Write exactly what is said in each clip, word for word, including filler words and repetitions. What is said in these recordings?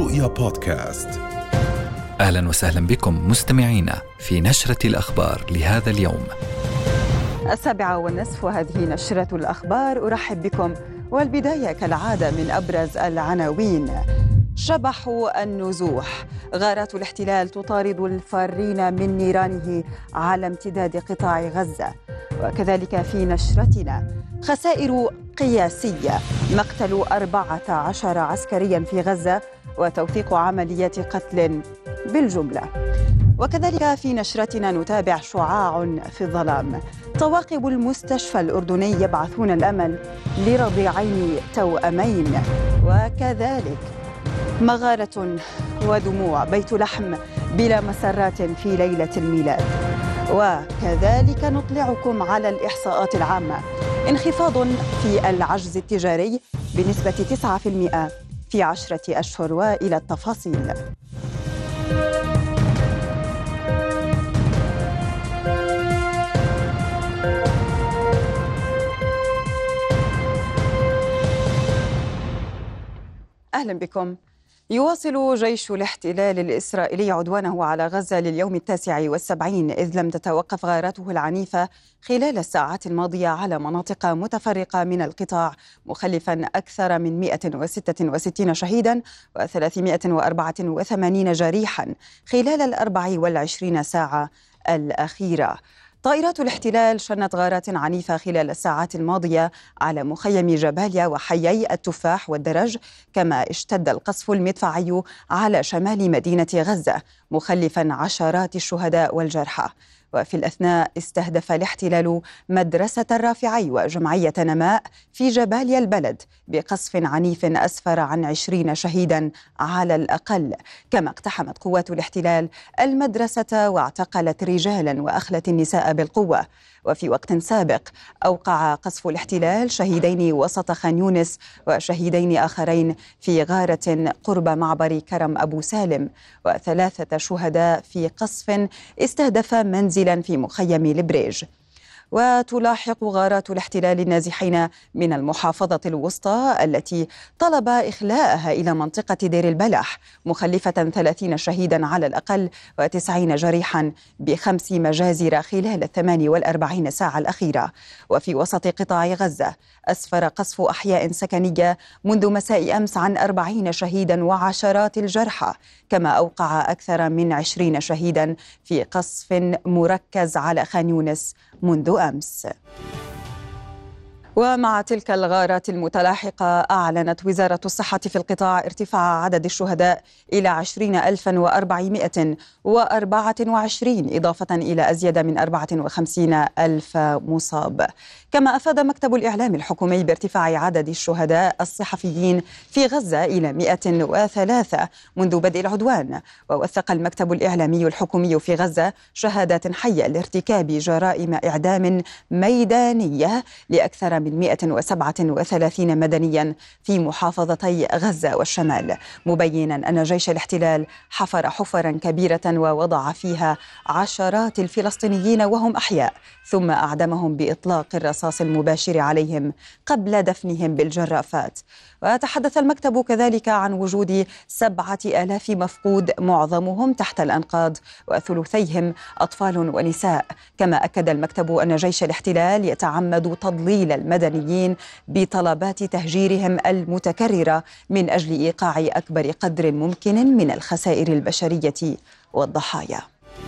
رؤيا بودكاست. أهلا وسهلا بكم مستمعينا في نشرة الأخبار لهذا اليوم. السابعة والنصف وهذه نشرة الأخبار، أرحب بكم والبداية كالعادة من أبرز العناوين. شبح النزوح، غارات الاحتلال تطارد الفارين من نيرانه على امتداد قطاع غزة. وكذلك في نشرتنا خسائر قياسية، مقتل أربعة عشر عسكريا في غزة وتوثيق عمليات قتل بالجملة. وكذلك في نشرتنا نتابع شعاع في الظلام، طواقم المستشفى الأردني يبعثون الأمل لرضيعين توأمين. وكذلك مغارة ودموع، بيت لحم بلا مسرات في ليلة الميلاد. وكذلك نطلعكم على الإحصاءات العامة، انخفاض في العجز التجاري بنسبة تسعة بالمئة في عشرة أشهر. وإلى التفاصيل. أهلا بكم. يواصل جيش الاحتلال الإسرائيلي عدوانه على غزة لليوم التاسع والسبعين، إذ لم تتوقف غاراته العنيفة خلال الساعات الماضية على مناطق متفرقة من القطاع، مخلفا أكثر من مئة وستة وستين شهيدا وثلاثمئة وأربعة وثمانين جريحا خلال الأربع والعشرين ساعة الأخيرة. طائرات الاحتلال شنت غارات عنيفة خلال الساعات الماضية على مخيم جباليا وحيي التفاح والدرج، كما اشتد القصف المدفعي على شمال مدينة غزة مخلفا عشرات الشهداء والجرحى. وفي الأثناء استهدف الاحتلال مدرسة الرافعي وجمعية نماء في جباليا البلد بقصف عنيف أسفر عن عشرين شهيدا على الأقل. كما اقتحمت قوات الاحتلال المدرسة واعتقلت رجالا وأخلت النساء بالقوة. وفي وقت سابق أوقع قصف الاحتلال شهيدين وسط خان يونس وشهيدين آخرين في غارة قرب معبر كرم أبو سالم، وثلاثة شهداء في قصف استهدف منزلا في مخيم البريج. وتلاحق غارات الاحتلال النازحين من المحافظة الوسطى التي طلب إخلاءها إلى منطقة دير البلح، مخلفة ثلاثين شهيدا على الأقل وتسعين جريحا بخمس مجازر خلال الثمان والأربعين ساعة الأخيرة. وفي وسط قطاع غزة أسفر قصف أحياء سكنية منذ مساء أمس عن أربعين شهيدا وعشرات الجرحى، كما أوقع أكثر من عشرين شهيدا في قصف مركز على خان يونس منذ أمس. ومع تلك الغارات المتلاحقة، أعلنت وزارة الصحة في القطاع ارتفاع عدد الشهداء إلى عشرين ألفا وأربعمئة وأربعة وعشرين، إضافة إلى أزيد من أربعة وخمسين ألف مصاب. كما أفاد مكتب الإعلام الحكومي بارتفاع عدد الشهداء الصحفيين في غزة إلى مئة وثلاثة منذ بدء العدوان. ووثق المكتب الإعلامي الحكومي في غزة شهادات حية لارتكاب جرائم إعدام ميدانية لأكثر من مئة وسبعة وثلاثين مدنيا في محافظتي غزة والشمال، مبينا أن جيش الاحتلال حفر حفرا كبيرة ووضع فيها عشرات الفلسطينيين وهم أحياء، ثم أعدمهم بإطلاق الرصاص المباشر عليهم قبل دفنهم بالجرافات. وتحدث المكتب كذلك عن وجود سبعة آلاف مفقود، معظمهم تحت الأنقاض وثلثيهم أطفال ونساء. كما أكد المكتب أن جيش الاحتلال يتعمد تضليل المدنيين بطلبات تهجيرهم المتكررة من أجل إيقاع أكبر قدر ممكن من الخسائر البشرية والضحايا.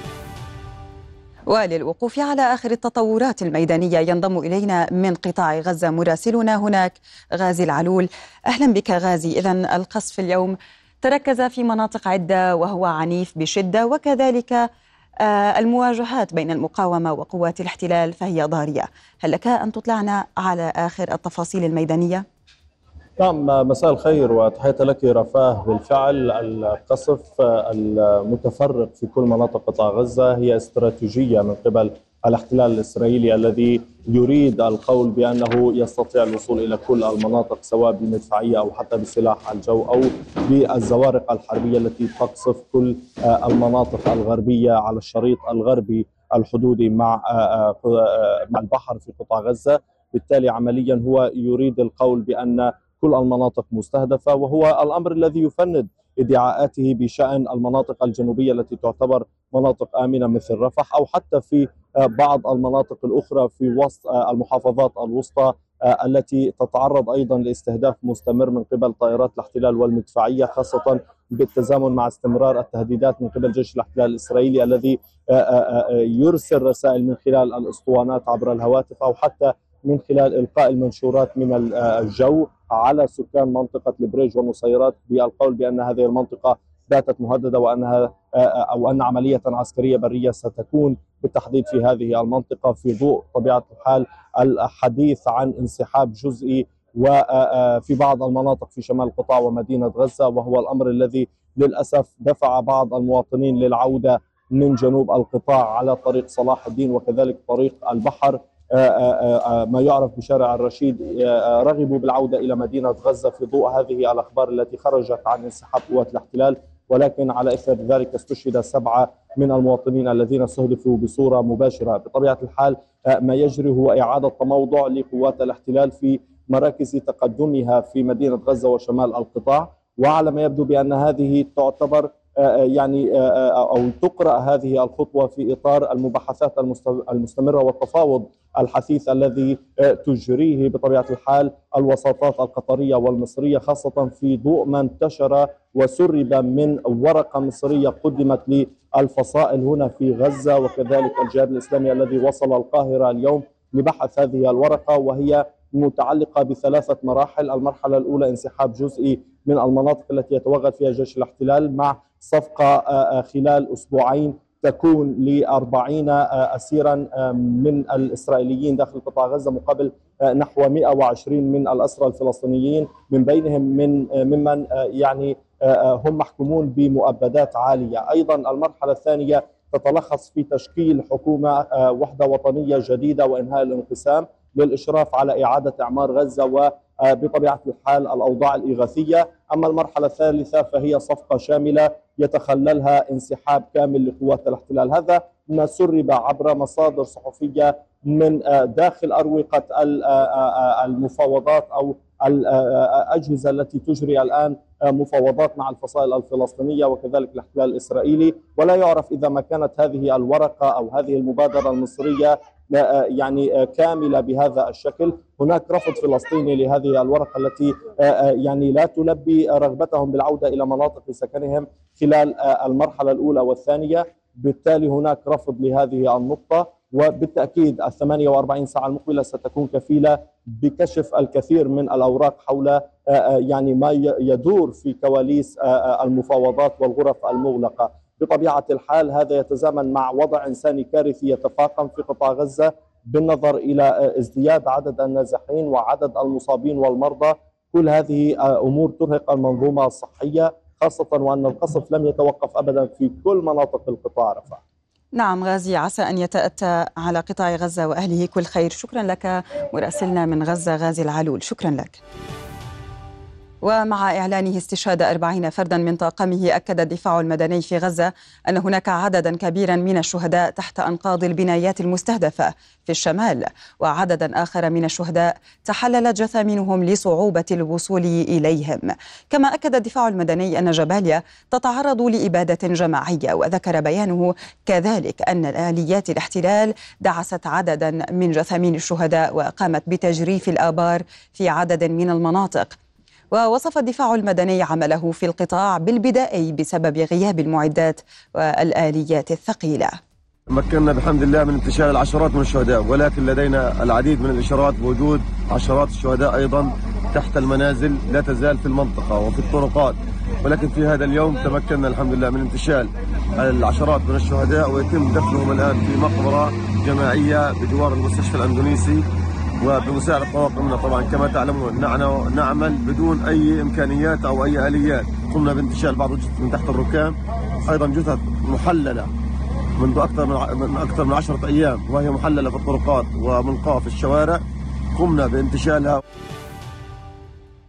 وللوقوف على آخر التطورات الميدانية ينضم إلينا من قطاع غزة مراسلنا هناك غازي العلول. أهلا بك غازي. إذن القصف اليوم تركز في مناطق عدة وهو عنيف بشدة، وكذلك المواجهات بين المقاومة وقوات الاحتلال فهي ضارية. هل لك أن تطلعنا على آخر التفاصيل الميدانية؟ نعم، مساء الخير وتحية لك رفاه. بالفعل القصف المتفرق في كل مناطق قطاع غزة هي استراتيجية من قبل الاحتلال الإسرائيلي الذي يريد القول بأنه يستطيع الوصول إلى كل المناطق سواء بالمدفعية أو حتى بسلاح الجو أو بالزوارق الحربية التي تقصف كل المناطق الغربية على الشريط الغربي الحدودي مع مع البحر في قطاع غزة. بالتالي عمليا هو يريد القول بأن كل المناطق مستهدفة، وهو الأمر الذي يفند ادعاءاته بشأن المناطق الجنوبية التي تعتبر مناطق آمنة مثل رفح، أو حتى في بعض المناطق الأخرى في وسط المحافظات الوسطى التي تتعرض أيضا لاستهداف مستمر من قبل طائرات الاحتلال والمدفعية، خاصة بالتزامن مع استمرار التهديدات من قبل جيش الاحتلال الإسرائيلي الذي يرسل رسائل من خلال الأسطوانات عبر الهواتف أو حتى من خلال إلقاء المنشورات من الجو على سكان منطقة البريج والنصيرات بالقول بأن هذه المنطقة باتت مهددة وأنها أو أن عملية عسكرية برية ستكون بالتحديد في هذه المنطقة، في ضوء طبيعة الحال الحديث عن انسحاب جزئي وفي بعض المناطق في شمال القطاع ومدينة غزة، وهو الأمر الذي للأسف دفع بعض المواطنين للعودة من جنوب القطاع على طريق صلاح الدين وكذلك طريق البحر ما يعرف بشارع الرشيد، رغبوا بالعودة إلى مدينة غزة في ضوء هذه الأخبار التي خرجت عن انسحاب قوات الاحتلال. ولكن على إثر ذلك استشهد سبعة من المواطنين الذين استهدفوا بصورة مباشرة. بطبيعة الحال ما يجري هو إعادة تموضع لقوات الاحتلال في مراكز تقدمها في مدينة غزة وشمال القطاع، وعلى ما يبدو بأن هذه تعتبر يعني أو تقرأ هذه الخطوة في إطار المباحثات المستمرة والتفاوض الحثيث الذي تجريه بطبيعة الحال الوساطات القطرية والمصرية، خاصة في ضوء ما انتشر وسرب من ورقة مصرية قدمت للفصائل هنا في غزة وكذلك الجهاد الإسلامي الذي وصل القاهرة اليوم لبحث هذه الورقة، وهي متعلقة بثلاثة مراحل. المرحلة الأولى انسحاب جزئي من المناطق التي يتوغل فيها جيش الاحتلال مع صفقة خلال أسبوعين تكون لأربعين أسيرا من الإسرائيليين داخل قطاع غزة مقابل نحو مئة وعشرين من الأسرى الفلسطينيين، من بينهم من ممن يعني هم محكومون بمؤبدات عالية. أيضا المرحلة الثانية تتلخص في تشكيل حكومة وحدة وطنية جديدة وإنهاء الانقسام للإشراف على إعادة إعمار غزة وبطبيعة الحال الأوضاع الإغاثية. أما المرحلة الثالثة فهي صفقة شاملة يتخللها انسحاب كامل لقوات الاحتلال. هذا ما سرب عبر مصادر صحفية من داخل أروقة المفاوضات أو الأجهزة التي تجري الآن مفاوضات مع الفصائل الفلسطينية وكذلك الاحتلال الإسرائيلي، ولا يعرف إذا ما كانت هذه الورقة أو هذه المبادرة المصرية يعني كاملة بهذا الشكل. هناك رفض فلسطيني لهذه الورقة التي يعني لا تلبي رغبتهم بالعودة إلى مناطق سكنهم خلال المرحلة الأولى والثانية، بالتالي هناك رفض لهذه النقطة، وبالتأكيد الثمانية وأربعين ساعة المقبلة ستكون كفيلة بكشف الكثير من الأوراق حول يعني ما يدور في كواليس المفاوضات والغرف المغلقة. بطبيعة الحال هذا يتزامن مع وضع إنساني كارثي يتفاقم في قطاع غزة بالنظر إلى ازدياد عدد النازحين وعدد المصابين والمرضى. كل هذه أمور ترهق المنظومة الصحية، خاصة وأن القصف لم يتوقف أبدا في كل مناطق القطاع. رفح. نعم غازي، عسى أن يتأتى على قطاع غزة وأهله كل خير. شكرا لك مراسلنا من غزة غازي العلول، شكرا لك. ومع إعلانه استشهاد أربعين فردا من طاقمه، أكد الدفاع المدني في غزة أن هناك عددا كبيرا من الشهداء تحت أنقاض البنايات المستهدفة في الشمال، وعددا آخر من الشهداء تحللت جثامينهم لصعوبة الوصول إليهم. كما أكد الدفاع المدني أن جباليا تتعرض لإبادة جماعية، وذكر بيانه كذلك أن آليات الاحتلال دعست عددا من جثامين الشهداء وقامت بتجريف الآبار في عدد من المناطق. ووصف الدفاع المدني عمله في القطاع بالبدائي بسبب غياب المعدات والآليات الثقيلة. مكننا بحمد الله من انتشال العشرات من الشهداء، ولكن لدينا العديد من الإشارات بوجود عشرات الشهداء أيضا تحت المنازل لا تزال في المنطقة وفي الطرقات. ولكن في هذا اليوم تمكنا الحمد لله من انتشال العشرات من الشهداء، ويتم دفنهم الآن في مقبرة جماعية بجوار المستشفى الأندونيسي وبمساعدة طواقمنا. طبعا كما تعلمون نحن نعمل بدون أي إمكانيات أو أي آليات. قمنا بانتشال بعض الجثث من تحت الركام، أيضا جثث محللة منذ أكثر من أكثر من عشرة أيام وهي محللة في الطرقات وملقاة في الشوارع، قمنا بانتشالها.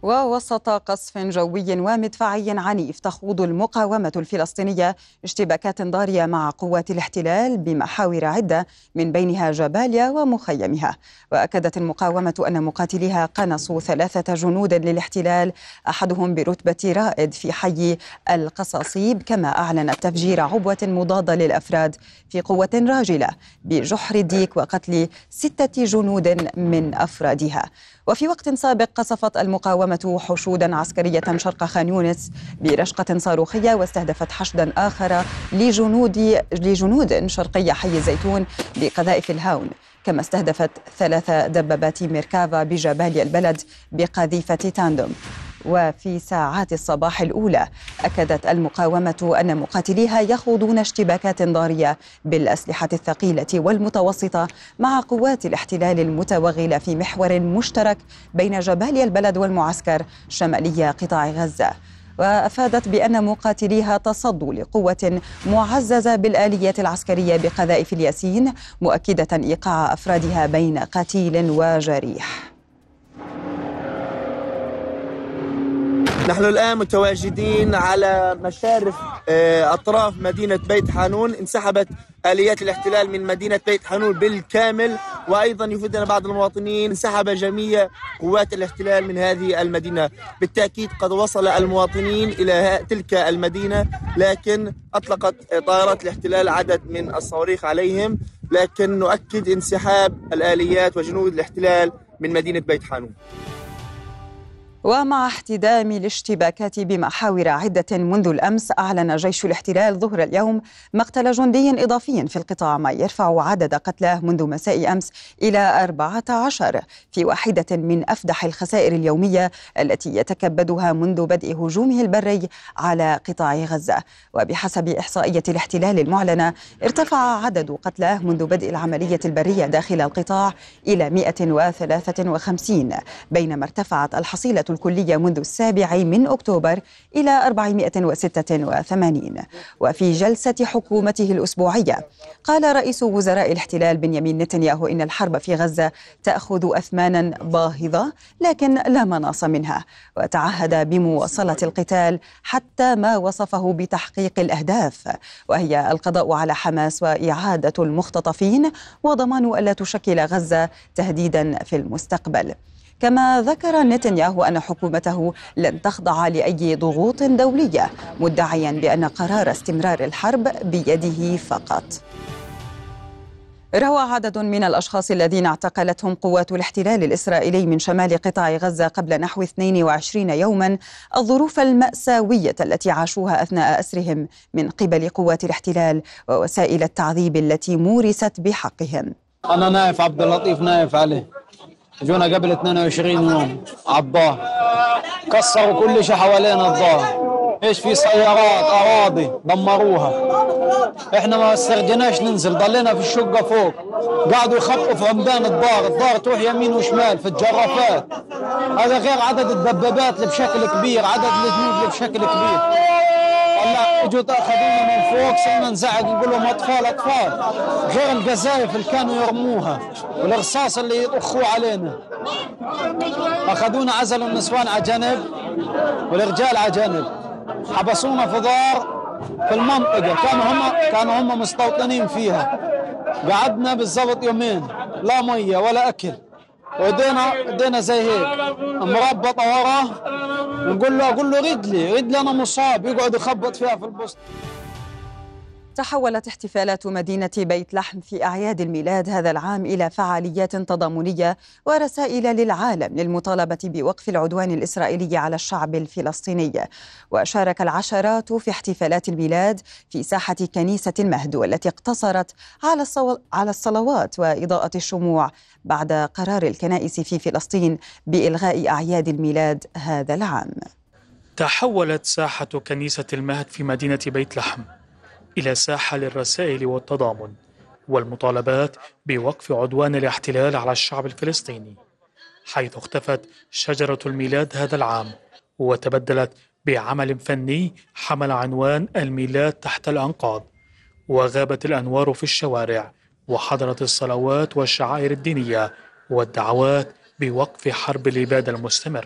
ووسط قصف جوي ومدفعي عنيف تخوض المقاومة الفلسطينية اشتباكات ضارية مع قوات الاحتلال بمحاور عدة من بينها جباليا ومخيمها. وأكدت المقاومة أن مقاتليها قنصوا ثلاثة جنود للاحتلال، أحدهم برتبة رائد في حي القصاصيب، كما أعلنت تفجير عبوة مضادة للأفراد في قوة راجلة بجحر الديك وقتل ستة جنود من أفرادها. وفي وقت سابق قصفت المقاومة حشودا عسكرية شرق خان يونس برشقة صاروخية، واستهدفت حشدا آخر لجنود لجنود شرقي حي الزيتون بقذائف الهاون، كما استهدفت ثلاث دبابات ميركافا بجبال البلد بقذيفة تاندوم. وفي ساعات الصباح الأولى أكدت المقاومة أن مقاتليها يخوضون اشتباكات ضارية بالأسلحة الثقيلة والمتوسطة مع قوات الاحتلال المتوغلة في محور مشترك بين جباليا البلد والمعسكر شمالي قطاع غزة. وأفادت بأن مقاتليها تصدوا لقوة معززة بالآليات العسكرية بقذائف الياسين، مؤكدة إيقاع أفرادها بين قتيل وجريح. نحن الآن متواجدين على مشارف أطراف مدينة بيت حانون. انسحبت آليات الاحتلال من مدينة بيت حانون بالكامل، وأيضا يفيدنا بعض المواطنين انسحب جميع قوات الاحتلال من هذه المدينة. بالتأكيد قد وصل المواطنين إلى تلك المدينة، لكن أطلقت طائرات الاحتلال عدد من الصواريخ عليهم، لكن نؤكد انسحاب الآليات وجنود الاحتلال من مدينة بيت حانون. ومع احتدام الاشتباكات بمحاور عدة منذ الأمس، أعلن جيش الاحتلال ظهر اليوم مقتل جندي إضافي في القطاع، ما يرفع عدد قتلاه منذ مساء أمس إلى أربعة عشر في واحدة من أفدح الخسائر اليومية التي يتكبدها منذ بدء هجومه البري على قطاع غزة. وبحسب إحصائية الاحتلال المعلنة، ارتفع عدد قتلاه منذ بدء العملية البرية داخل القطاع إلى مئة وثلاثة وخمسين، بينما ارتفعت الحصيلة الكلية منذ السابع من أكتوبر إلى أربعمئة وستة وثمانين. وفي جلسة حكومته الأسبوعية قال رئيس وزراء الاحتلال بنيامين نتنياهو إن الحرب في غزة تأخذ أثمانا باهظة لكن لا مناص منها، وتعهد بمواصلة القتال حتى ما وصفه بتحقيق الأهداف، وهي القضاء على حماس وإعادة المختطفين وضمان ألا تشكل غزة تهديدا في المستقبل. كما ذكر نتنياهو أن حكومته لن تخضع لأي ضغوط دولية، مدعيا بأن قرار استمرار الحرب بيده فقط. روى عدد من الأشخاص الذين اعتقلتهم قوات الاحتلال الإسرائيلي من شمال قطاع غزة قبل نحو اثنين وعشرين يوما الظروف المأساوية التي عاشوها أثناء أسرهم من قبل قوات الاحتلال ووسائل التعذيب التي مورست بحقهم. أنا نايف عبد اللطيف نايف عليه، جونا قبل اثنين وعشرين يوم عالظهر، كسروا كل شيء حوالينا الظهر، ايش في سيارات اراضي دمروها. احنا ما استرجناش ننزل، ضلينا في الشقه فوق، قعدوا يخبطوا في عمدان الدار، الدار تروح يمين وشمال في الجرافات. هذا غير عدد الدبابات اللي بشكل كبير، عدد الجنود اللي بشكل كبير. والله اجوا اخذونا من فوق، صرنا نزعق نقول لهم اطفال اطفال، غير القذائف اللي كانوا يرموها والرصاص اللي يطخوه علينا. اخذونا عزلوا النسوان على جنب والرجال على جنب، حبسونا في دار في المنطقه كانوا هم كانوا هم مستوطنين فيها. قعدنا بالضبط يومين، لا ميه ولا اكل، ودينا ودينا زي هيك مربطه وراه، ونقول له اقول له رجلي رجلي انا مصاب، يقعد يخبط فيها في البسط. تحولت احتفالات مدينة بيت لحم في أعياد الميلاد هذا العام إلى فعاليات تضامنية ورسائل للعالم للمطالبة بوقف العدوان الإسرائيلي على الشعب الفلسطيني. وشارك العشرات في احتفالات الميلاد في ساحة كنيسة المهد، والتي اقتصرت على على الصلوات وإضاءة الشموع بعد قرار الكنائس في فلسطين بإلغاء أعياد الميلاد هذا العام. تحولت ساحة كنيسة المهد في مدينة بيت لحم إلى ساحة للرسائل والتضامن والمطالبات بوقف عدوان الاحتلال على الشعب الفلسطيني، حيث اختفت شجرة الميلاد هذا العام وتبدلت بعمل فني حمل عنوان الميلاد تحت الأنقاض، وغابت الأنوار في الشوارع، وحضرت الصلوات والشعائر الدينية والدعوات بوقف حرب الإبادة المستمرة.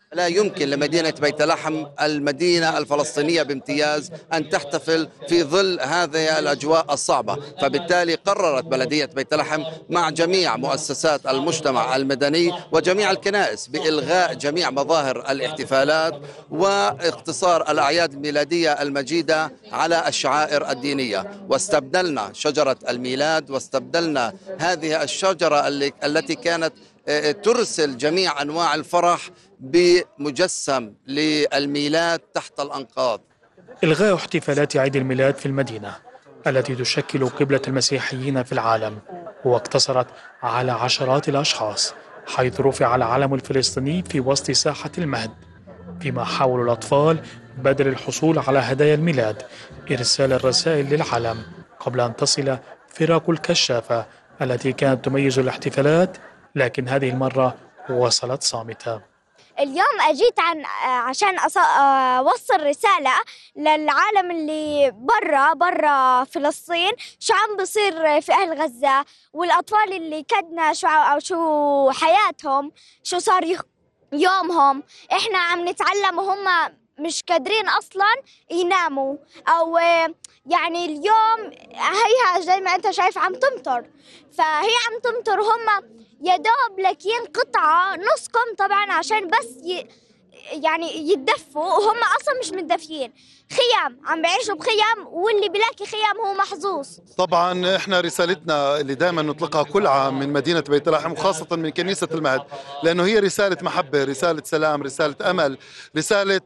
لا يمكن لمدينة بيت لحم المدينة الفلسطينية بامتياز أن تحتفل في ظل هذه الأجواء الصعبة، فبالتالي قررت بلدية بيت لحم مع جميع مؤسسات المجتمع المدني وجميع الكنائس بإلغاء جميع مظاهر الاحتفالات واقتصار الأعياد الميلادية المجيدة على الشعائر الدينية، واستبدلنا شجرة الميلاد واستبدلنا هذه الشجرة التي كانت ترسل جميع أنواع الفرح بمجسم للميلاد تحت الأنقاض. إلغاء احتفالات عيد الميلاد في المدينة التي تشكل قبلة المسيحيين في العالم واقتصرت على عشرات الأشخاص، حيث رفع العلم الفلسطيني في وسط ساحة المهد، فيما حاول الأطفال بدل الحصول على هدايا الميلاد إرسال الرسائل للعلم قبل أن تصل فرق الكشافة التي كانت تميز الاحتفالات، لكن هذه المرة وصلت صامتة. اليوم أجيت عن عشان أوصل رسالة للعالم اللي برا برا فلسطين شو عم بصير في أهل غزة، والأطفال اللي كدنا شو أو شو حياتهم، شو صار يومهم. إحنا عم نتعلم وهم مش قادرين أصلا يناموا، أو يعني اليوم هيها زي ما أنت شايف عم تمطر، فهي عم تمطر، هم يا دوب لاكين قطعة نص كم طبعا عشان بس ي... يعني يتدفوا، وهم أصلا مش متدفيين، خيام عم بيعيشوا بخيام، واللي بلاقي خيام هو محظوظ. طبعا احنا رسالتنا اللي دائما نطلقها كل عام من مدينة بيت لحم وخاصة من كنيسة المهد، لأنه هي رسالة محبة، رسالة سلام، رسالة أمل، رسالة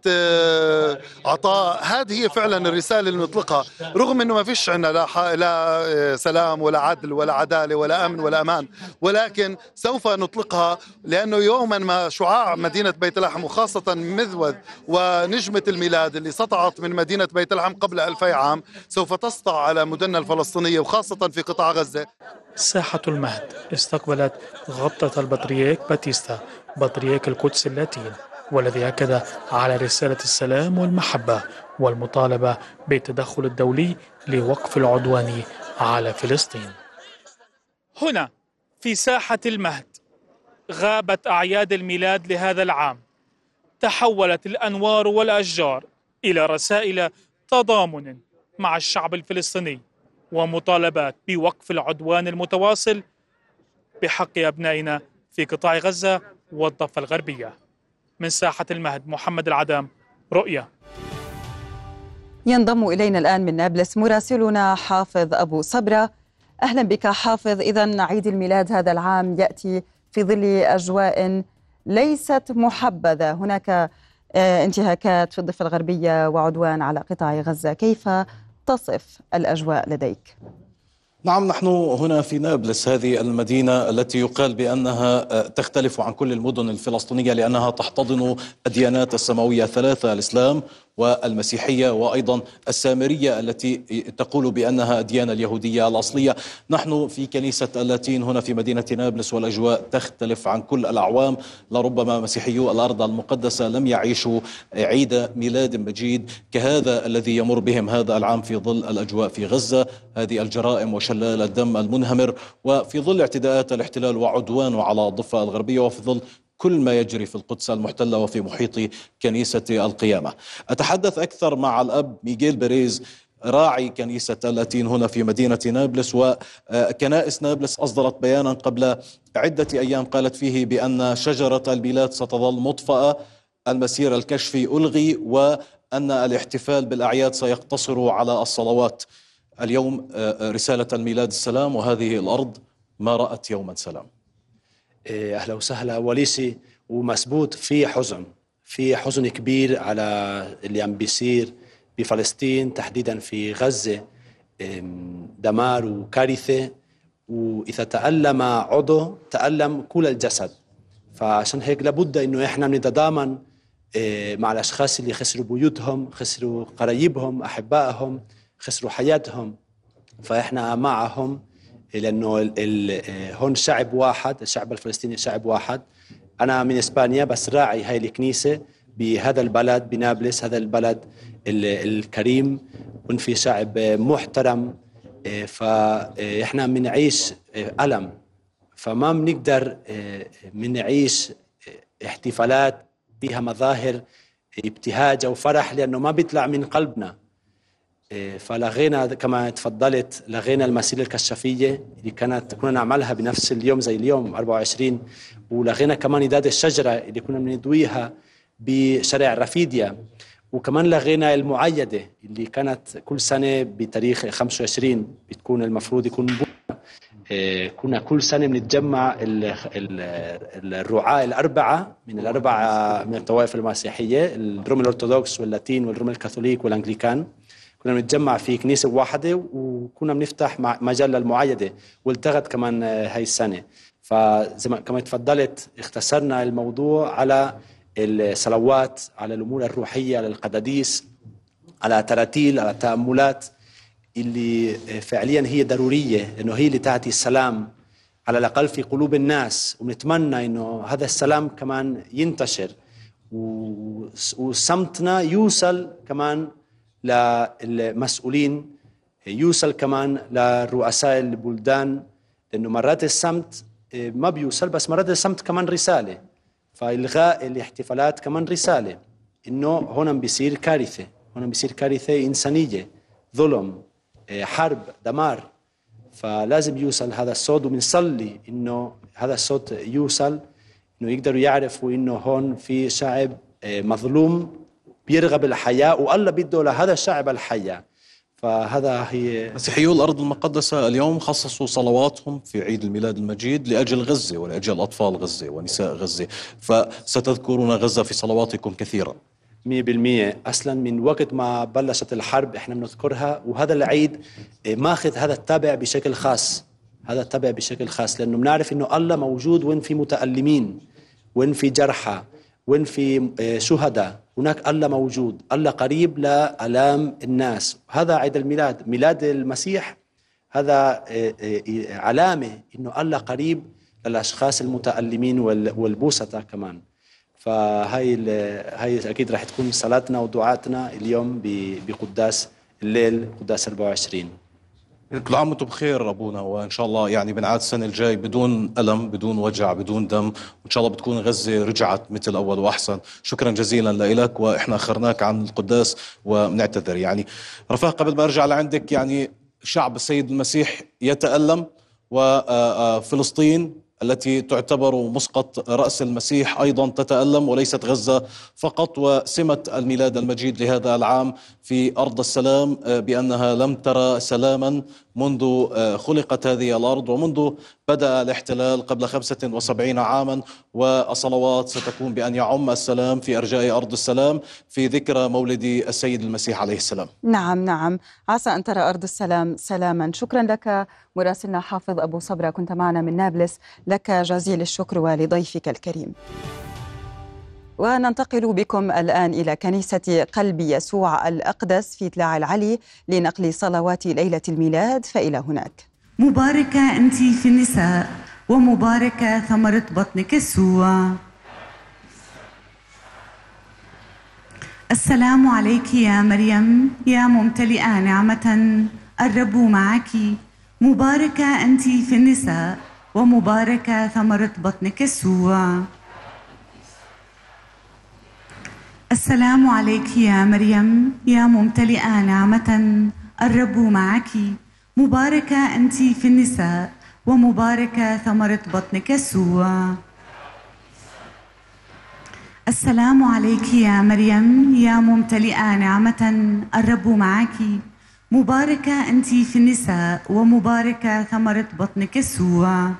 عطاء. هذه هي فعلا الرسالة اللي نطلقها، رغم أنه ما فيش عندنا لا, لا سلام ولا عدل ولا عدالة ولا أمن ولا أمان، ولكن سوف نطلقها لأنه يوما ما شعاع مدينة بيت لحم وخاصة مذوذ ونجمة الميلاد اللي سطعت من مدينة بيت لحم قبل ألفي عام سوف تسطع على مدننا الفلسطينية وخاصة في قطاع غزة. ساحة المهد استقبلت غبطة البطريرك باتيستا بطريرك القدس اللاتين، والذي أكد على رسالة السلام والمحبة والمطالبة بالتدخل الدولي لوقف العدوان على فلسطين. هنا في ساحة المهد غابت أعياد الميلاد لهذا العام، تحولت الأنوار والأشجار إلى رسائل تضامن مع الشعب الفلسطيني ومطالبات بوقف العدوان المتواصل بحق أبنائنا في قطاع غزة والضفة الغربية. من ساحة المهد محمد العدام، رؤية. ينضم إلينا الآن من نابلس مراسلنا حافظ أبو صبرة. أهلا بك حافظ. إذن عيد الميلاد هذا العام يأتي في ظل أجواء ليست محبذة، هناك انتهاكات في الضفة الغربية وعدوان على قطاع غزة، كيف تصف الأجواء لديك؟ نعم، نحن هنا في نابلس، هذه المدينة التي يقال بأنها تختلف عن كل المدن الفلسطينية لأنها تحتضن الديانات السماوية الثلاثة، الإسلام والمسيحية وأيضا السامرية التي تقول بأنها الديانة اليهودية الأصلية. نحن في كنيسة اللاتين هنا في مدينة نابلس، والأجواء تختلف عن كل الأعوام. لربما مسيحيو الأرض المقدسة لم يعيشوا عيد ميلاد مجيد كهذا الذي يمر بهم هذا العام في ظل الأجواء في غزة، هذه الجرائم وشلال الدم المنهمر، وفي ظل اعتداءات الاحتلال وعدوانه على الضفة الغربية، وفي ظل كل ما يجري في القدس المحتلة وفي محيط كنيسة القيامة. أتحدث أكثر مع الأب ميغيل بيريز، راعي كنيسة اللاتين هنا في مدينة نابلس. وكنائس نابلس أصدرت بيانا قبل عدة أيام قالت فيه بأن شجرة الميلاد ستظل مطفأة، المسير الكشفي ألغي، وأن الاحتفال بالأعياد سيقتصر على الصلوات. اليوم رسالة الميلاد السلام، وهذه الأرض ما رأت يوما سلام. أهلا وسهلا. وليسي ومثبوت في حزن، في حزن كبير على اللي عم بيصير بفلسطين، تحديدا في غزة، دمار وكارثة، وإذا تألم عضو تألم كل الجسد. فعشان هيك لابد إنه إحنا نتضامن مع الأشخاص اللي خسروا بيوتهم، خسروا قرايبهم، أحبائهم، خسروا حياتهم، فإحنا معهم، لأنه هون شعب واحد، الشعب الفلسطيني شعب واحد. أنا من إسبانيا بس راعي هاي الكنيسة بهذا البلد، بنابلس، هذا البلد الكريم، ونفي شعب محترم، فإحنا منعيش ألم، فما بنقدر منعيش احتفالات فيها مظاهر ابتهاج أو فرح لأنه ما بيطلع من قلبنا. فلغينا كما تفضلت، لغينا المسيرة الكشافية اللي كانت كنا نعملها بنفس اليوم زي اليوم أربعة وعشرين، ولغينا كمان إداد الشجرة اللي كنا بندويها بشارع الرفيديا، وكمان لغينا المعايدة اللي كانت كل سنة بتاريخ خمسة وعشرين بتكون المفروض يكون بكرة. كنا كل سنة بنتجمع الرعاة الأربعة من الأربعة من الطوائف المسيحية، الروم الأرثوذكس واللاتين والروم الكاثوليك والأنجليكان، كنا بنتجمع في كنيسة واحدة وكنا بنفتح مجال للمعايدة، والتغت كمان هاي السنة. فزي ما كما تفضلت اختصرنا الموضوع على الصلوات، على الأمور الروحية، على القداديس، على تراتيل، على تأملات اللي فعليا هي ضرورية، لأنه هي اللي تعطي السلام على الأقل في قلوب الناس. ونتمنى أنه هذا السلام كمان ينتشر وصمتنا يوصل كمان للمسؤولين، يوصل كمان لرؤساء البلدان، لأنه مرات الصمت ما بيوصل، بس مرات الصمت كمان رسالة. فإلغاء الاحتفالات كمان رسالة إنه هنا بيصير كارثة، هنا بيصير كارثة إنسانية، ظلم، حرب، دمار. فلازم يوصل هذا الصوت، وبنصلي إنه هذا الصوت يوصل، إنه يقدروا يعرفوا إنه هون في شعب مظلوم بيرغب الحياة، والله بده لهذا الشعب الحياة. فهذا هي مسيحيو الأرض المقدسة اليوم خصصوا صلواتهم في عيد الميلاد المجيد لأجل غزة ولأجل أطفال غزة ونساء غزة، فستذكرون غزة في صلواتكم كثيرا. مية بالمية أصلا من وقت ما بلشت الحرب إحنا بنذكرها، وهذا العيد ماخذ هذا التابع بشكل خاص، هذا التابع بشكل خاص، لأنه بنعرف إنه الله موجود وين في متألمين، وين في جرحى، وين في شهداء، هناك الله موجود، الله قريب لآلام الناس. هذا عيد الميلاد، ميلاد المسيح، هذا علامة إنه الله قريب للأشخاص المتألمين والبوسطة كمان. فهاي هاي أكيد راح تكون صلاتنا ودعاتنا اليوم بقداس الليل، قداس أربعة وعشرين. كل عام وانتم بخير أبونا، وإن شاء الله يعني بنعاد السنة الجاي بدون ألم، بدون وجع، بدون دم، وإن شاء الله بتكون غزة رجعت مثل أول وأحسن. شكرا جزيلا لك، وإحنا أخرناك عن القداس وبنعتذر. يعني رفاه، قبل ما أرجع لعندك، يعني شعب السيد المسيح يتألم، وفلسطين التي تعتبر مسقط رأس المسيح أيضا تتألم، وليست غزة فقط. وسمة الميلاد المجيد لهذا العام في أرض السلام بأنها لم ترى سلاما منذ خلقت هذه الأرض ومنذ بدأ الاحتلال قبل خمسة وسبعين عاما. والصلوات ستكون بأن يعم السلام في أرجاء أرض السلام في ذكرى مولد السيد المسيح عليه السلام. نعم نعم، عسى أن ترى أرض السلام سلاما. شكرا لك مراسلنا حافظ أبو صبرة، كنت معنا من نابلس، لك جزيل الشكر ولضيفك الكريم. وننتقل بكم الآن إلى كنيسة قلب يسوع الأقدس في تلاع العلي لنقل صلوات ليلة الميلاد، فإلى هناك. مباركة أنت في النساء ومباركة ثمرة بطنك يسوع. السلام عليك يا مريم يا ممتلئة نعمة، الرب معك، مباركة أنت في النساء ومباركة ثمرة بطنك يسوع. السلام عليك يا مريم يا ممتلئة نعمة، الرب معك، مباركة أنت في النساء ومباركة ثمرة بطنك يسوع. السلام عليك يا مريم يا ممتلئة نعمة، الرب معك، مباركة أنت في النساء ومباركة ثمرة بطنك يسوع.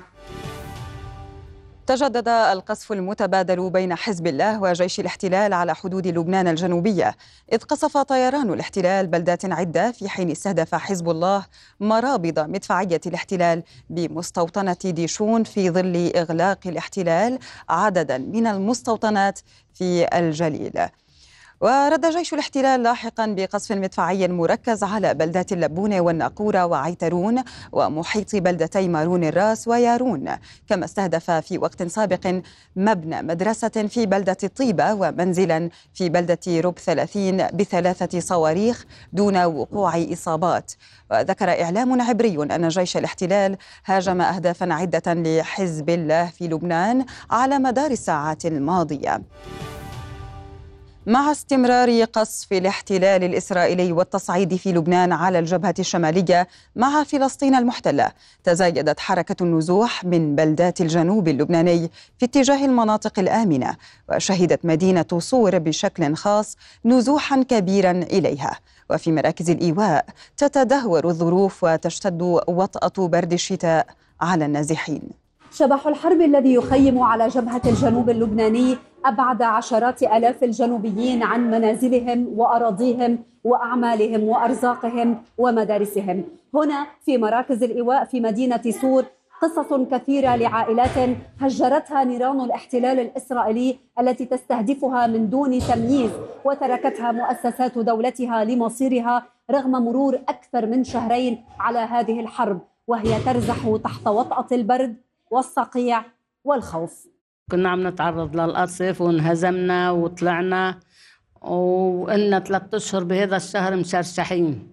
تجدد القصف المتبادل بين حزب الله وجيش الاحتلال على حدود لبنان الجنوبية، إذ قصف طيران الاحتلال بلدات عدة، في حين استهدف حزب الله مرابض مدفعية الاحتلال بمستوطنة ديشون في ظل إغلاق الاحتلال عددا من المستوطنات في الجليل. ورد جيش الاحتلال لاحقا بقصف مدفعي مركز على بلدات اللبونة والناقورة وعيترون ومحيط بلدتي مارون الراس ويارون، كما استهدف في وقت سابق مبنى مدرسة في بلدة الطيبة ومنزلا في بلدة رب ثلاثين بثلاثة صواريخ دون وقوع إصابات. وذكر إعلام عبري أن جيش الاحتلال هاجم أهدافا عدة لحزب الله في لبنان على مدار الساعات الماضية. مع استمرار قصف الاحتلال الإسرائيلي والتصعيد في لبنان على الجبهة الشمالية مع فلسطين المحتلة، تزايدت حركة النزوح من بلدات الجنوب اللبناني في اتجاه المناطق الآمنة، وشهدت مدينة صور بشكل خاص نزوحا كبيرا إليها. وفي مراكز الإيواء تتدهور الظروف وتشتد وطأة برد الشتاء على النازحين. شبح الحرب الذي يخيم على جبهة الجنوب اللبناني أبعد عشرات آلاف الجنوبيين عن منازلهم وأراضيهم وأعمالهم وأرزاقهم ومدارسهم. هنا في مراكز الإيواء في مدينة صور قصص كثيرة لعائلات هجرتها نيران الاحتلال الإسرائيلي التي تستهدفها من دون تمييز، وتركتها مؤسسات دولتها لمصيرها رغم مرور أكثر من شهرين على هذه الحرب، وهي ترزح تحت وطأة البرد والصقيع والخوف. كنا عم نتعرض للقصف وانهزمنا وطلعنا، وقلنا ثلاثة أشهر بهذا الشهر مشرشحين،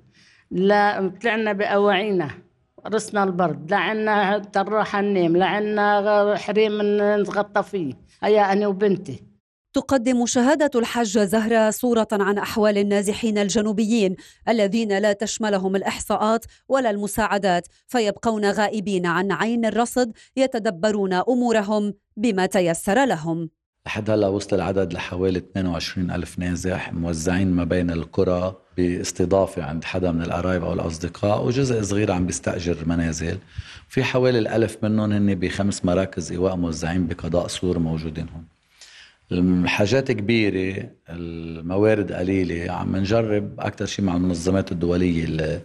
لا طلعنا بأواعينا، رسنا البرد، لا عنا تراحة ننام، لا عنا حريم نتغطى فيه، هيا أنا وبنتي. تقدم شهادة الحاجة زهرة صورة عن أحوال النازحين الجنوبيين الذين لا تشملهم الإحصاءات ولا المساعدات، فيبقون غائبين عن عين الرصد يتدبرون أمورهم بما تيسر لهم. لحد هلا وصل العدد لحوالي اثنين وعشرين ألف نازح موزعين ما بين القرى باستضافة عند حدا من القرايب أو الأصدقاء، وجزء صغير عم بيستأجر منازل. في حوالي الألف منهم هن بخمس مراكز إيواء موزعين بقضاء صور موجودين هون. الحاجات كبيرة، الموارد قليلة، عم نجرب أكتر شيء مع المنظمات الدولية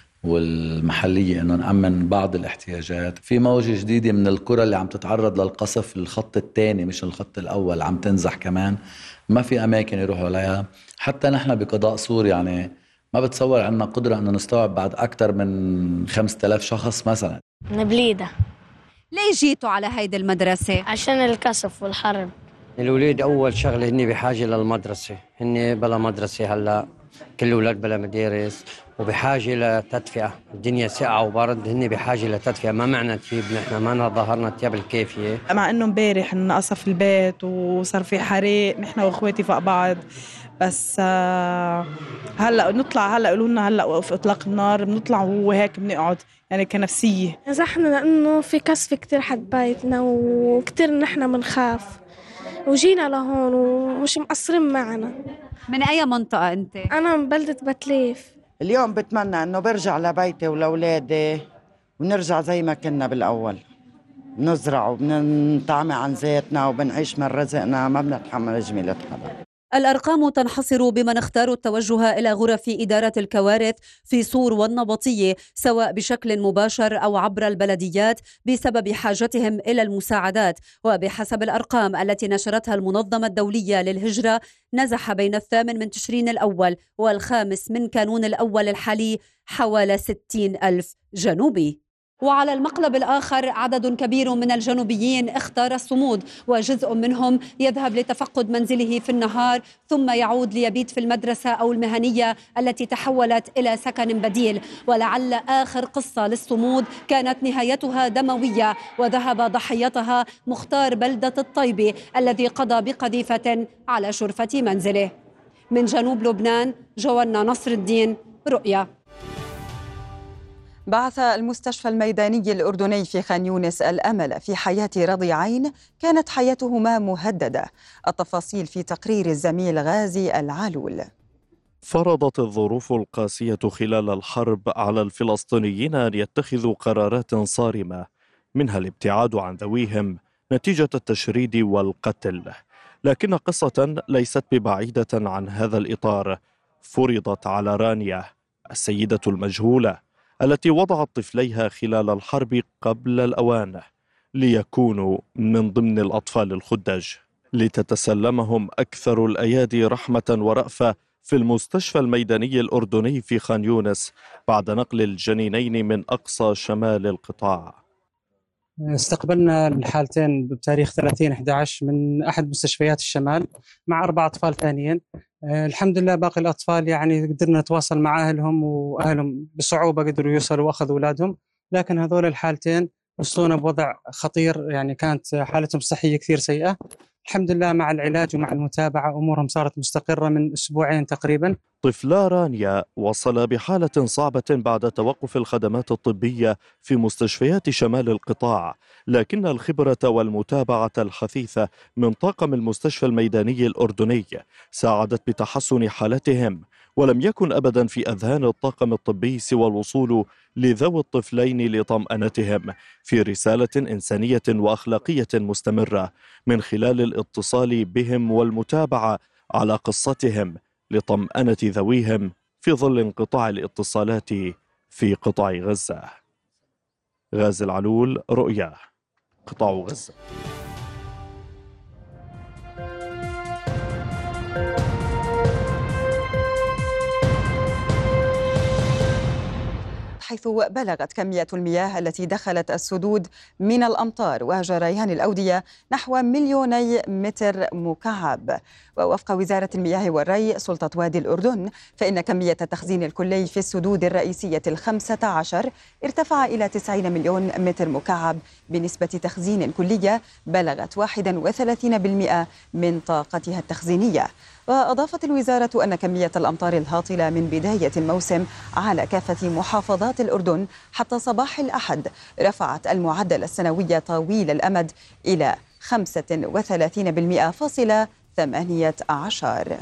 والمحلية إنه نأمن بعض الاحتياجات. في موجة جديدة من القرى اللي عم تتعرض للقصف، الخط الثاني مش الخط الأول، عم تنزح كمان، ما في أماكن يروحوا عليها. حتى نحن بقضاء صور يعني ما بتصور عنا قدرة أنه نستوعب بعد أكتر من خمسة آلاف شخص مثلا. نبليدة. ليه جيتوا على هيدي المدرسة؟ عشان القصف والحرب. الأولاد أول شغلة هني بحاجة للمدرسة، هني بلا مدرسة هلا، كل الأولاد بلا مدارس وبحاجة لتدفئة، الدنيا ساقعة وبرد، هني بحاجة لتدفئة، ما معنا تياب، نحن ما ظهرنا التياب الكافية. مع إنه امبارح انقصف البيت وصار في حريق، نحن وإخواتي فوق بعض، بس هلا نطلع، هلا قالوا لنا هلا وقف إطلاق النار، بنطلع وهو هيك بنقعد يعني كنفسية. نزحنا لأنه في قصف كتير حد بيتنا وكتير نحن بنخاف، وجينا لهون ومش مقصرين معنا. من أي منطقة أنت؟ أنا من بلدة بتليف. اليوم بتمنى إنه برجع لبيتي ولأولادي ونرجع زي ما كنا بالأول، نزرع وبنطعمي عن زيتنا وبنعيش من رزقنا، ما بنتحمل جميلة حدا. الأرقام تنحصر بمن اختاروا التوجه إلى غرف إدارة الكوارث في صور والنبطية، سواء بشكل مباشر أو عبر البلديات بسبب حاجتهم إلى المساعدات. وبحسب الأرقام التي نشرتها المنظمة الدولية للهجرة، نزح بين الثامن من تشرين الأول والخامس من كانون الأول الحالي حوالي ستين ألف جنوبي. وعلى المقلب الآخر عدد كبير من الجنوبيين اختار الصمود، وجزء منهم يذهب لتفقد منزله في النهار ثم يعود ليبيت في المدرسة أو المهنية التي تحولت إلى سكن بديل. ولعل آخر قصة للصمود كانت نهايتها دموية، وذهب ضحيتها مختار بلدة الطيبة الذي قضى بقذيفة على شرفة منزله. من جنوب لبنان، جوانا نصر الدين، رؤيا. بعث المستشفى الميداني الأردني في خان يونس الأمل في حياة رضيعين كانت حياتهما مهددة. التفاصيل في تقرير الزميل غازي العالول. فرضت الظروف القاسية خلال الحرب على الفلسطينيين أن يتخذوا قرارات صارمة، منها الابتعاد عن ذويهم نتيجة التشريد والقتل. لكن قصة ليست ببعيدة عن هذا الإطار فرضت على رانيا، السيدة المجهولة التي وضعت طفليها خلال الحرب قبل الأوان ليكونوا من ضمن الأطفال الخدج، لتتسلمهم أكثر الأيادي رحمة ورأفة في المستشفى الميداني الأردني في خان يونس بعد نقل الجنينين من أقصى شمال القطاع. استقبلنا الحالتين بتاريخ ثلاثين أحد عشر من أحد مستشفيات الشمال مع أربع أطفال ثانيين. الحمد لله باقي الأطفال يعني قدرنا نتواصل مع أهلهم، وأهلهم بصعوبة قدروا يوصلوا وأخذوا أولادهم، لكن هذول الحالتين وصلونا بوضع خطير، يعني كانت حالتهم الصحية كثير سيئة. الحمد لله مع العلاج ومع المتابعة أمورهم صارت مستقرة من أسبوعين تقريبا. طفلا رانيا وصل بحالة صعبة بعد توقف الخدمات الطبية في مستشفيات شمال القطاع، لكن الخبرة والمتابعة الحثيثة من طاقم المستشفى الميداني الأردني ساعدت بتحسن حالتهم، ولم يكن أبدا في أذهان الطاقم الطبي سوى الوصول لذوي الطفلين لطمأنتهم في رسالة إنسانية وأخلاقية مستمرة من خلال الاتصال بهم والمتابعة على قصتهم لطمأنة ذويهم في ظل انقطاع الاتصالات في قطاع غزة. غازي العلول، رؤيا، قطاع غزة. حيث بلغت كمية المياه التي دخلت السدود من الأمطار وجريان الأودية نحو مليوني متر مكعب. ووفق وزارة المياه والري سلطة وادي الأردن، فإن كمية التخزين الكلي في السدود الرئيسية الخمسة عشر ارتفع إلى تسعين مليون متر مكعب بنسبة تخزين كلية بلغت واحد وثلاثين بالمئة من طاقتها التخزينية. وأضافت الوزارة أن كمية الأمطار الهاطلة من بداية الموسم على كافة محافظات الأردن حتى صباح الأحد رفعت المعدل السنوي طويل الأمد إلى خمسة وثلاثين بالمئة فاصلة ثمانية عشر.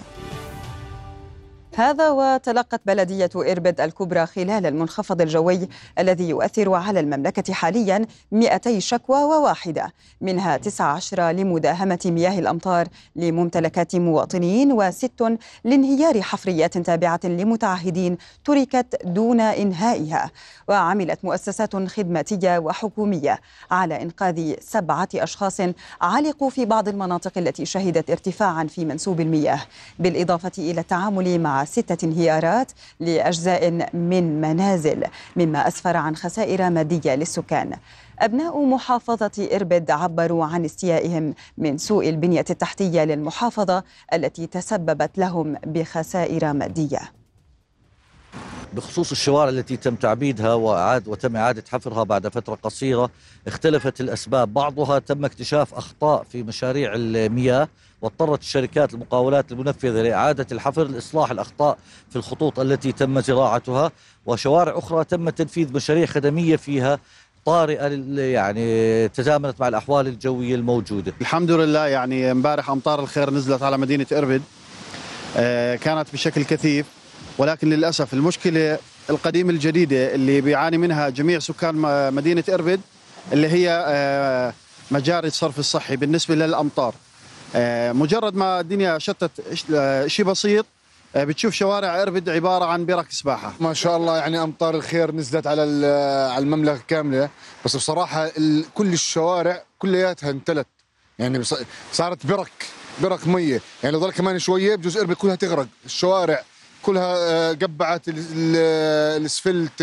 هذا وتلقت بلدية إربد الكبرى خلال المنخفض الجوي الذي يؤثر على المملكة حاليا مئتي شكوى وواحدة، منها تسعة عشر لمداهمة مياه الأمطار لممتلكات مواطنين، وست لانهيار حفريات تابعة لمتعهدين تركت دون إنهائها. وعملت مؤسسات خدماتية وحكومية على إنقاذ سبعة أشخاص علقوا في بعض المناطق التي شهدت ارتفاعا في منسوب المياه، بالإضافة إلى التعامل مع ستة انهيارات لأجزاء من منازل، مما أسفر عن خسائر مادية للسكان. أبناء محافظة إربد عبروا عن استيائهم من سوء البنية التحتية للمحافظة التي تسببت لهم بخسائر مادية. بخصوص الشوارع التي تم تعبيدها وأعاد وتم إعادة حفرها بعد فترة قصيرة، اختلفت الأسباب، بعضها تم اكتشاف أخطاء في مشاريع المياه واضطرت الشركات المقاولات المنفذة لإعادة الحفر لإصلاح الأخطاء في الخطوط التي تم زراعتها، وشوارع أخرى تم تنفيذ مشاريع خدمية فيها طارئة يعني تزامنت مع الأحوال الجوية الموجودة. الحمد لله يعني امبارح أمطار الخير نزلت على مدينة إربد آه كانت بشكل كثيف، ولكن للأسف المشكلة القديمة الجديدة اللي بيعاني منها جميع سكان مدينة إربد اللي هي آه مجاري الصرف الصحي بالنسبة للأمطار. آه مجرد ما الدنيا شتت شيء بسيط آه بتشوف شوارع إربد عبارة عن برك سباحة. ما شاء الله يعني أمطار الخير نزلت على على المملكة كاملة، بس بصراحة كل الشوارع كلياتها انتلت، يعني صارت برك برك مية، يعني ضل كمان شوية بجوز إربد كلها تغرق، الشوارع كلها قبعت الاسفلت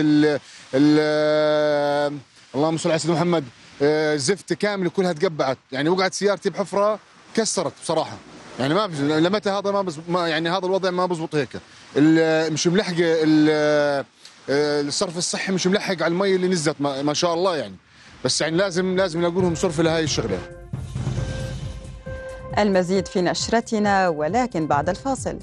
اللهم صل على سيدنا محمد، زفت كامله كلها تقبعت، يعني وقعت سيارتي بحفره كسرت بصراحه، يعني ما لمتى هذا ما, ما يعني هذا الوضع ما بزبط هيك، مش ملحقه الصرف الصحي مش ملحق على المي اللي نزلت ما, ما شاء الله يعني، بس يعني لازم لازم نلاقوا لهم صرف لهي الشغله. المزيد في نشرتنا ولكن بعد الفاصل.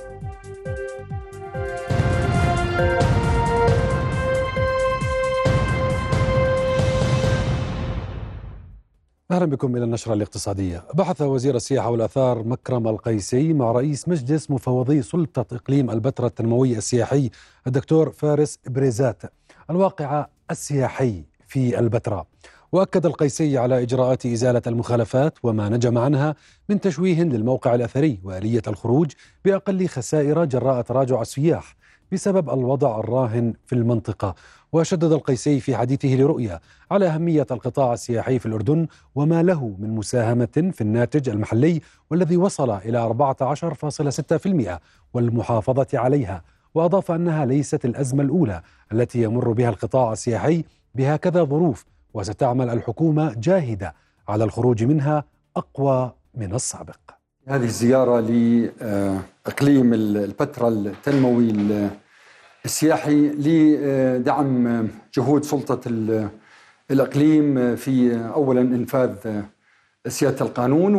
أهلا بكم إلى النشرة الاقتصادية. بحث وزير السياحة والآثار مكرم القيسي مع رئيس مجلس مفوضي سلطة إقليم البتراء التنموي السياحي الدكتور فارس بريزات الواقع السياحي في البتراء، وأكد القيسي على إجراءات إزالة المخالفات وما نجم عنها من تشويه للموقع الأثري وآلية الخروج بأقل خسائر جراء تراجع السياح بسبب الوضع الراهن في المنطقة. وشدد القيسي في حديثه لرؤيا على أهمية القطاع السياحي في الأردن وما له من مساهمة في الناتج المحلي والذي وصل إلى أربعة عشر فاصلة ستة بالمئة والمحافظة عليها. وأضاف أنها ليست الأزمة الأولى التي يمر بها القطاع السياحي بهكذا ظروف، وستعمل الحكومة جاهدة على الخروج منها أقوى من السابق. هذه الزيارة لإقليم البتراء التنموي السياحي لدعم جهود سلطة الإقليم في أولا إنفاذ سيادة القانون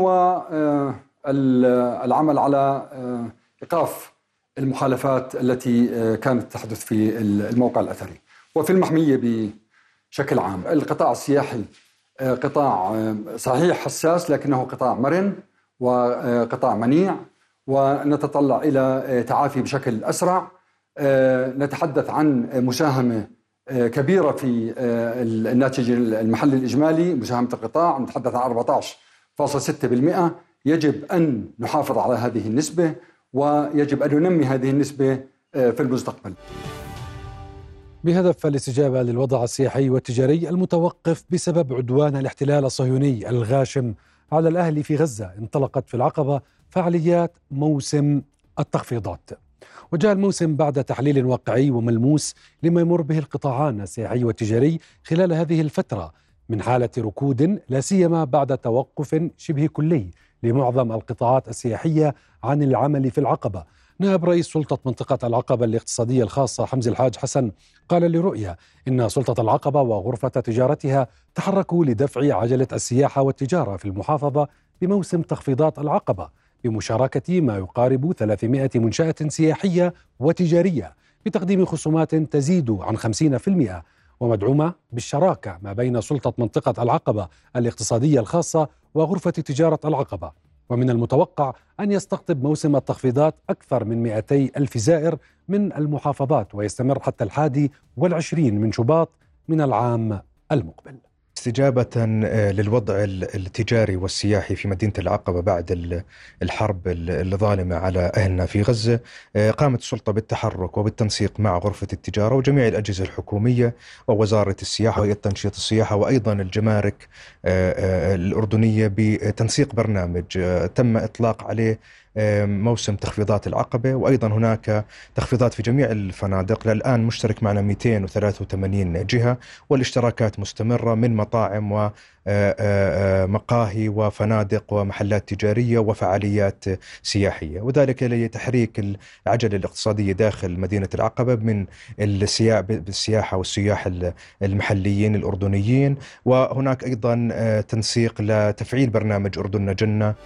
والعمل على إيقاف المخالفات التي كانت تحدث في الموقع الأثري وفي المحمية بشكل عام. القطاع السياحي قطاع صحيح حساس لكنه قطاع مرن وقطاع منيع، ونتطلع إلى تعافي بشكل أسرع. نتحدث عن مساهمة كبيرة في الناتج المحلي الإجمالي، مساهمة القطاع نتحدث عن أربعة عشر فاصلة ستة بالمئة. يجب أن نحافظ على هذه النسبة ويجب أن ننمي هذه النسبة في المستقبل. بهدف الاستجابة للوضع السياحي والتجاري المتوقف بسبب عدوان الاحتلال الصهيوني الغاشم على الأهل في غزة، انطلقت في العقبة فعاليات موسم التخفيضات. وجاء الموسم بعد تحليل واقعي وملموس لما يمر به القطاعان السياحي والتجاري خلال هذه الفترة من حالة ركود، لا سيما بعد توقف شبه كلي لمعظم القطاعات السياحية عن العمل في العقبة. نائب رئيس سلطة منطقة العقبة الاقتصادية الخاصة حمزي الحاج حسن قال لرؤيا إن سلطة العقبة وغرفة تجارتها تحركوا لدفع عجلة السياحة والتجارة في المحافظة بموسم تخفيضات العقبة بمشاركة ما يقارب ثلاثمائة منشأة سياحية وتجارية بتقديم خصومات تزيد عن خمسين بالمئة، ومدعومة بالشراكة ما بين سلطة منطقة العقبة الاقتصادية الخاصة وغرفة تجارة العقبة. ومن المتوقع أن يستقطب موسم التخفيضات أكثر من مئتي ألف زائر من المحافظات ويستمر حتى الحادي والعشرين من شباط من العام المقبل. استجابة للوضع التجاري والسياحي في مدينة العقبة بعد الحرب الظالمة على أهلنا في غزة، قامت السلطة بالتحرك وبالتنسيق مع غرفة التجارة وجميع الأجهزة الحكومية ووزارة السياحة وهيئة تنشيط السياحة وأيضا الجمارك الأردنية بتنسيق برنامج تم إطلاق عليه موسم تخفيضات العقبة، وأيضا هناك تخفيضات في جميع الفنادق. للآن مشترك معنا مئتين وثلاثة وثمانين جهة، والاشتراكات مستمرة من مطاعم ومقاهي وفنادق ومحلات تجارية وفعاليات سياحية، وذلك لتحريك العجلة الاقتصادية داخل مدينة العقبة من السياحة والسياح المحليين الأردنيين. وهناك أيضا تنسيق لتفعيل برنامج أردننا جنة.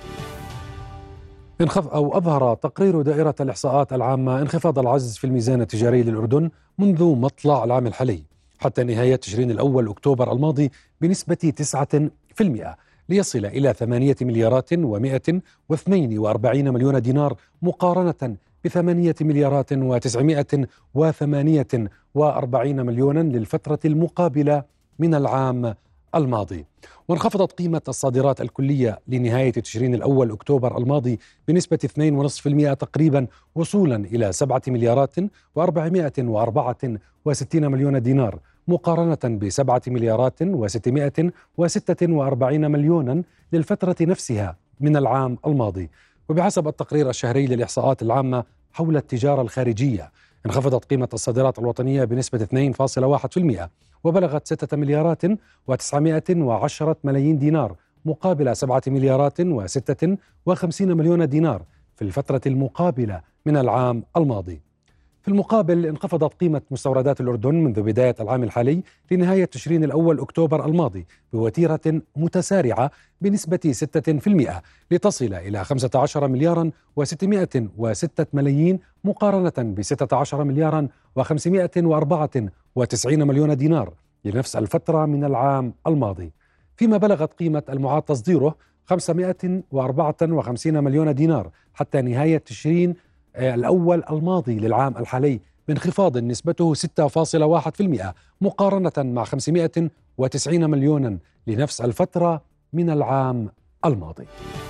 انخف أو أظهر تقرير دائرة الإحصاءات العامة انخفاض العجز في الميزان التجاري للأردن منذ مطلع العام الحالي حتى نهاية تشرين الأول أكتوبر الماضي بنسبة تسعة بالمئة ليصل إلى ثمانية مليارات ومئة واثنين وأربعين مليون دينار مقارنة بثمانية مليارات وتسعمائة وثمانية وأربعين مليونا للفترة المقابلة من العام الماضي. وانخفضت قيمة الصادرات الكلية لنهاية تشرين الأول أكتوبر الماضي بنسبة اثنين فاصلة خمسة بالمئة تقريبا، وصولا إلى سبعة مليارات وأربعمائة وأربعة وستين مليون دينار مقارنة بسبعة مليارات وستمائة وستة وأربعين مليونا للفترة نفسها من العام الماضي. وبحسب التقرير الشهري للإحصاءات العامة حول التجارة الخارجية، انخفضت قيمة الصادرات الوطنية بنسبة اثنين فاصلة واحد بالمئة وبلغت ستة مليارات وتسعمائة وعشرة ملايين دينار مقابل سبعة مليارات وستة وخمسين مليون دينار في الفترة المقابلة من العام الماضي. في المقابل انخفضت قيمة مستوردات الأردن منذ بداية العام الحالي لنهاية تشرين الأول أكتوبر الماضي بوتيرة متسارعة بنسبة ستة بالمئة لتصل إلى خمسة عشر مليارا وستمائة وستة ملايين مقارنة بستة عشر مليارا وخمسمائة وأربعة وتسعين مليون دينار لنفس الفترة من العام الماضي، فيما بلغت قيمة المعاد تصديره خمسمائة وأربعة وخمسين مليون دينار حتى نهاية تشرين الأول الماضي للعام الحالي بانخفاض نسبته ستة فاصلة واحد بالمئة مقارنة مع خمسمائة وتسعين مليونا لنفس الفترة من العام الماضي.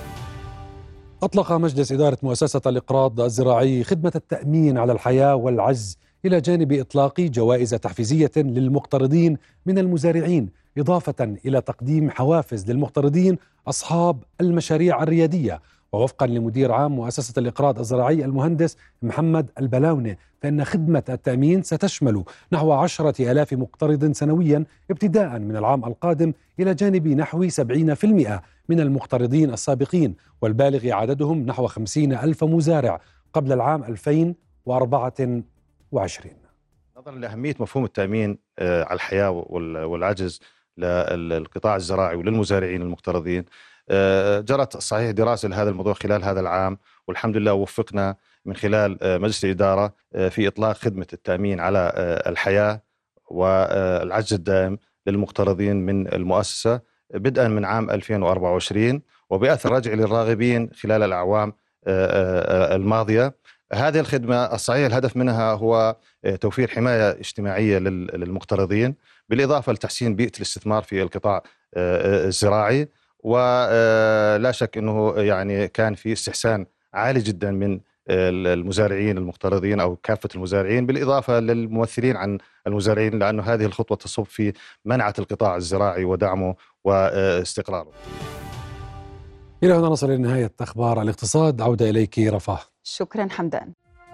أطلق مجلس إدارة مؤسسة الإقراض الزراعي خدمة التأمين على الحياة والعجز إلى جانب إطلاق جوائز تحفيزية للمقترضين من المزارعين، إضافة إلى تقديم حوافز للمقترضين أصحاب المشاريع الريادية. ووفقا لمدير عام مؤسسة الإقراض الزراعي المهندس محمد البلاونة، فإن خدمة التأمين ستشمل نحو عشرة آلاف مقترض سنويا ابتداء من العام القادم، إلى جانب نحو سبعين بالمئة من المقترضين السابقين، والبالغ عددهم نحو خمسين ألف مزارع قبل العام ألفين وأربعة وعشرين. نظرا لأهمية مفهوم التأمين على الحياة والعجز للقطاع الزراعي وللمزارعين المقترضين، جرت صحيح دراسة لهذا الموضوع خلال هذا العام، والحمد لله وفقنا من خلال مجلس الإدارة في إطلاق خدمة التأمين على الحياة والعجز الدائم للمقترضين من المؤسسة بدءا من عام ألفين وأربعة وعشرين وبأثر رجعي للراغبين خلال الأعوام الماضية. هذه الخدمة الصحيح الهدف منها هو توفير حماية اجتماعية للمقترضين، بالإضافة لتحسين بيئة الاستثمار في القطاع الزراعي. ولا شك أنه يعني كان في استحسان عالي جدا من المزارعين المقترضين أو كافة المزارعين، بالإضافة للممثلين عن المزارعين، لأن هذه الخطوة تصب في منعة القطاع الزراعي ودعمه واستقراره. إلى هنا نصل إلى نهاية أخبار الاقتصاد. عودة إليك رفاه. شكرا حمدان.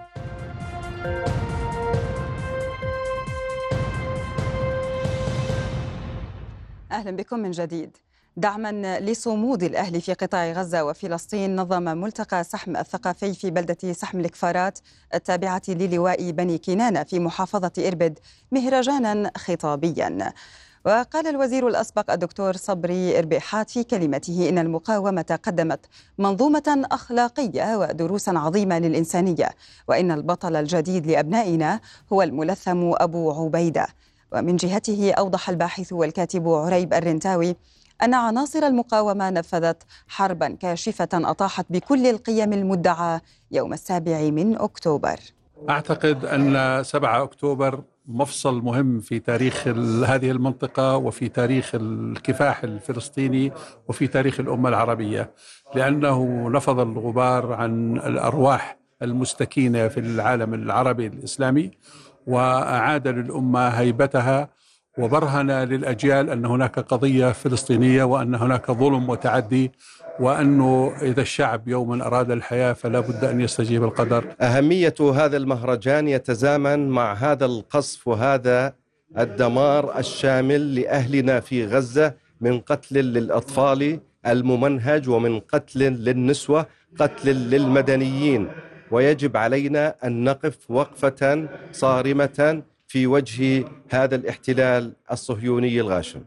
أهلا بكم من جديد. دعما لصمود الأهل في قطاع غزة وفلسطين، نظم ملتقى سحم الثقافي في بلدة سحم الكفارات التابعة للواء بني كنانة في محافظة إربد مهرجانا خطابيا. وقال الوزير الأسبق الدكتور صبري إربيحات في كلمته إن المقاومة قدمت منظومة أخلاقية ودروسا عظيمة للإنسانية، وإن البطل الجديد لأبنائنا هو الملثم أبو عبيدة. ومن جهته أوضح الباحث والكاتب عريب الرنتاوي أن عناصر المقاومة نفذت حربا كاشفة أطاحت بكل القيم المدعاة يوم السابع من أكتوبر. أعتقد أن سبعة أكتوبر مفصل مهم في تاريخ هذه المنطقة وفي تاريخ الكفاح الفلسطيني وفي تاريخ الأمة العربية، لأنه نفض الغبار عن الأرواح المستكينة في العالم العربي الإسلامي، وأعاد للأمة هيبتها، وبرهن للأجيال أن هناك قضية فلسطينية وأن هناك ظلم وتعدي، وأنه إذا الشعب يوما أراد الحياة فلا بد أن يستجيب القدر. أهمية هذا المهرجان يتزامن مع هذا القصف وهذا الدمار الشامل لأهلنا في غزة، من قتل للأطفال الممنهج ومن قتل للنسوة، قتل للمدنيين، ويجب علينا أن نقف وقفة صارمة في وجه هذا الاحتلال الصهيوني الغاشم.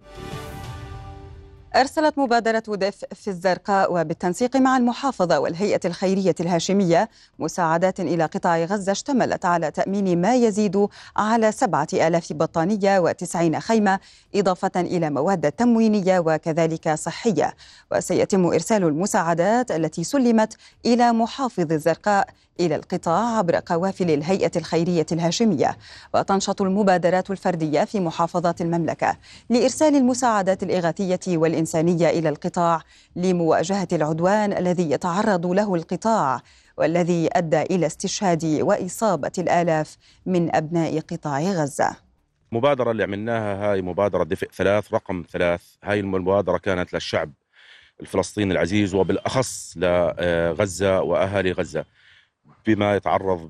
أرسلت مبادرة دف في الزرقاء وبالتنسيق مع المحافظة والهيئة الخيرية الهاشمية مساعدات إلى قطاع غزة اشتملت على تأمين ما يزيد على سبعة آلاف بطانية وتسعين خيمة، إضافة إلى مواد تموينية وكذلك صحية. وسيتم إرسال المساعدات التي سلمت إلى محافظ الزرقاء إلى القطاع عبر قوافل الهيئة الخيرية الهاشمية. وتنشط المبادرات الفردية في محافظات المملكة لإرسال المساعدات الإغاثية والإنسانية إلى القطاع لمواجهة العدوان الذي يتعرض له القطاع، والذي أدى إلى استشهاد وإصابة الآلاف من أبناء قطاع غزة. المبادرة اللي عملناها هاي مبادرة دفء ثلاث رقم ثلاث. هاي المبادرة كانت للشعب الفلسطيني العزيز، وبالأخص لغزة وأهالي غزة، بما يتعرض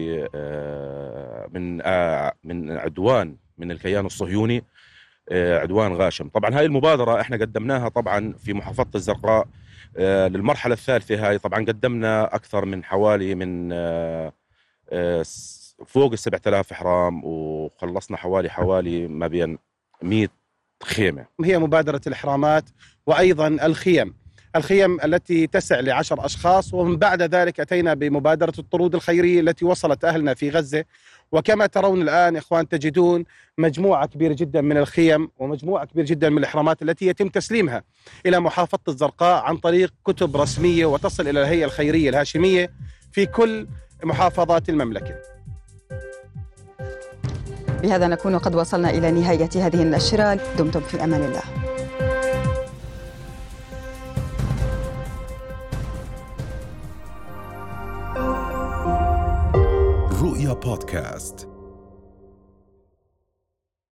من من عدوان من الكيان الصهيوني، عدوان غاشم. طبعا هاي المبادرة احنا قدمناها طبعا في محافظة الزرقاء للمرحلة الثالثة. هاي طبعا قدمنا أكثر من حوالي من فوق السبعة آلاف حرام، وخلصنا حوالي حوالي ما بين مئة خيمة. هي مبادرة الإحرامات وأيضا الخيم الخيم التي تسع لعشر أشخاص. ومن بعد ذلك أتينا بمبادرة الطرود الخيرية التي وصلت أهلنا في غزة. وكما ترون الآن إخوان تجدون مجموعة كبيرة جدا من الخيم ومجموعة كبيرة جدا من الإحرامات التي يتم تسليمها إلى محافظة الزرقاء عن طريق كتب رسمية وتصل إلى الهيئة الخيرية الهاشمية في كل محافظات المملكة. بهذا نكون قد وصلنا إلى نهاية هذه النشرة. دمتم في أمان الله. رؤيا بودكاست.